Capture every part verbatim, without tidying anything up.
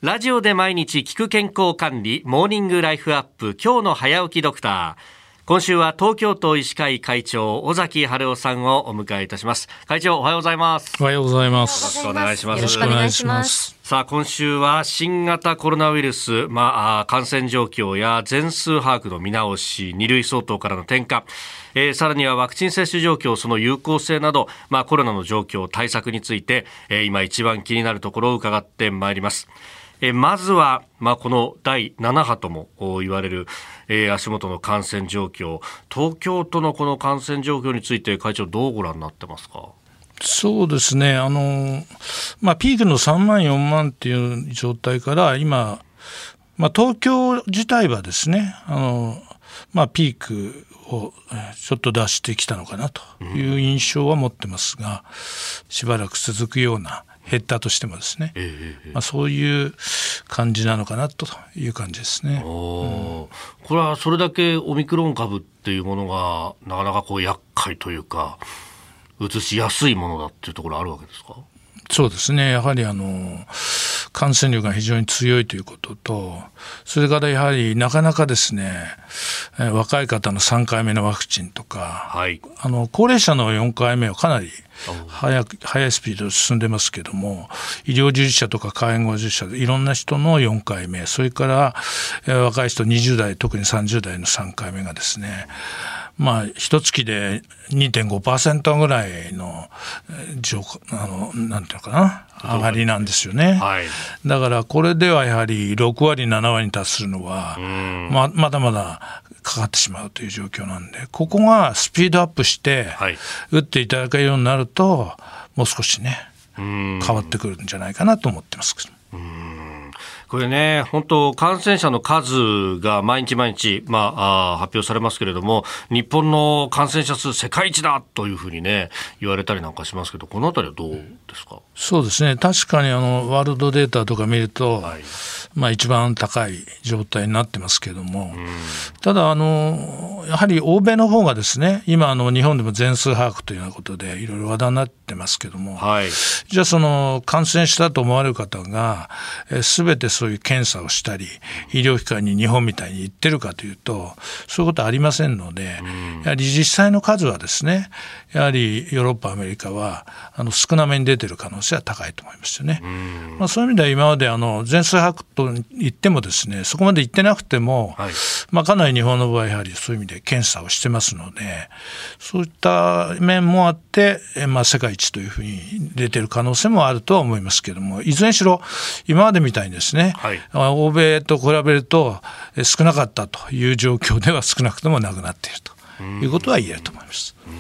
ラジオで毎日聞く健康管理モーニングライフアップ、今日の早起きドクター。今週は東京都医師会会長尾崎治夫さんをお迎えいたします。会長、おはようございます。 おはようございます。 よろしくお願いします。 よろしくお願いします。 さあ、今週は新型コロナウイルス、まあ、感染状況や全数把握の見直し、に類相当からの転換、えー、さらにはワクチン接種状況、その有効性など、まあ、コロナの状況対策について、えー、今一番気になるところを伺ってまいります。えー、まずは、まあ、このだいなな波とも言われる、えー、足元の感染状況、東京都のこの感染状況について会長、どうご覧になってますか？ そうですね、あの、まあ、ピークのさんまんよんまんっていう状態から今、まあ、東京自体はですね、あの、まあ、ピークをちょっと出してきたのかなという印象は持ってますが、しばらく続くような、減ったとしてもですね、えーまあ、そういう感じなのかなという感じですね。 お、うん、これはそれだけオミクロン株っていうものがなかなかこう厄介というか、移しやすいものだっていうところあるわけですか？ そうですね、やはりあの感染力が非常に強いということと、それからやはりなかなかですね、若い方のさんかいめのワクチンとか、はい、あの高齢者のよんかいめはかなり早く速いスピードで進んでますけども、医療従事者とか介護従事者でいろんな人のよんかいめ、それから若い人にじゅう代、特にさんじゅう代のさんかいめがですね、まあ一月で にてんごパーセント ぐらいのあのなんていうのかな、上がりなんですよね、はい、だからこれではやはりろくわりななわりに達するのはま, まだまだかかってしまうという状況なんで、ここがスピードアップして打っていただけるようになると、もう少しね変わってくるんじゃないかなと思ってますけど。 うーん、これね、本当感染者の数が毎日毎日、まあ、あ発表されますけれども、日本の感染者数世界一だというふうにね言われたりなんかしますけど、このあたりはどうですか？ そうですね、確かにあのワールドデータとか見ると、はい、まあ、一番高い状態になってますけれども、ただあのやはり欧米の方がですね、今あの日本でも全数把握というようなことでいろいろ話題になってますけども、はい、じゃあその感染したと思われる方がすべてそういう検査をしたり医療機関に日本みたいに行ってるかというと、そういうことはありませんので、やはり実際の数はですね、やはりヨーロッパ、アメリカはあの少なめに出てる可能性は高いと思いますよね。まあ、そういう意味では今まであの全数把握と言ってもですね、そこまで行ってなくても、はい、まあ、かなり日本の場合やはりそういう意味で検査をしてますので、そういった面もあって、まあ、世界一というふうに出てる可能性もあるとは思いますけども、いずれにしろ今までみたいにですね、はい、欧米と比べると少なかったという状況では少なくともなくなっているということは言えると思います。 うん、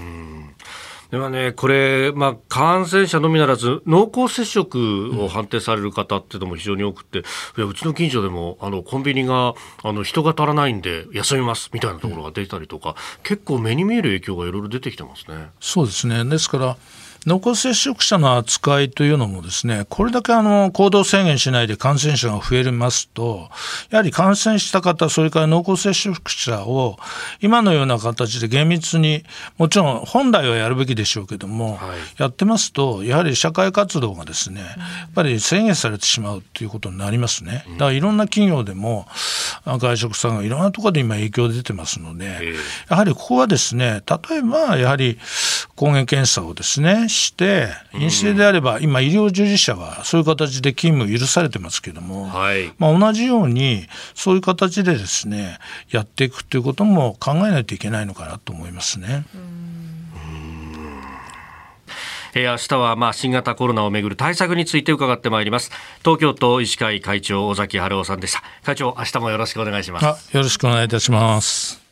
ではね、これ、まあ、感染者のみならず濃厚接触を判定される方っていうのも非常に多くて、いや、うちの近所でもあのコンビニがあの人が足らないんで休みますみたいなところが出たりとか、うん、結構目に見える影響がいろいろ出てきてますね。 そうですね、ですから濃厚接触者の扱いというのもですね、これだけあの行動制限しないで感染者が増えますと、やはり感染した方、それから濃厚接触者を今のような形で厳密に、もちろん本来はやるべきでしょうけども、はい、やってますとやはり社会活動がですね、やっぱり制限されてしまうということになりますね。だからいろんな企業でも外食さんがいろんなところで今影響出てますので、やはりここはですね、例えばやはり抗原検査をですねして陰性であれば、今医療従事者はそういう形で勤務許されてますけども、はい、まあ、同じようにそういう形でですねやっていくということも考えないといけないのかなと思いますね。うん、 えー、明日はまあ新型コロナをめぐる対策について伺ってまいります。東京都医師会会長尾崎治夫さんでした。会長、明日もよろしくお願いします。 あ、よろしくお願いいたします。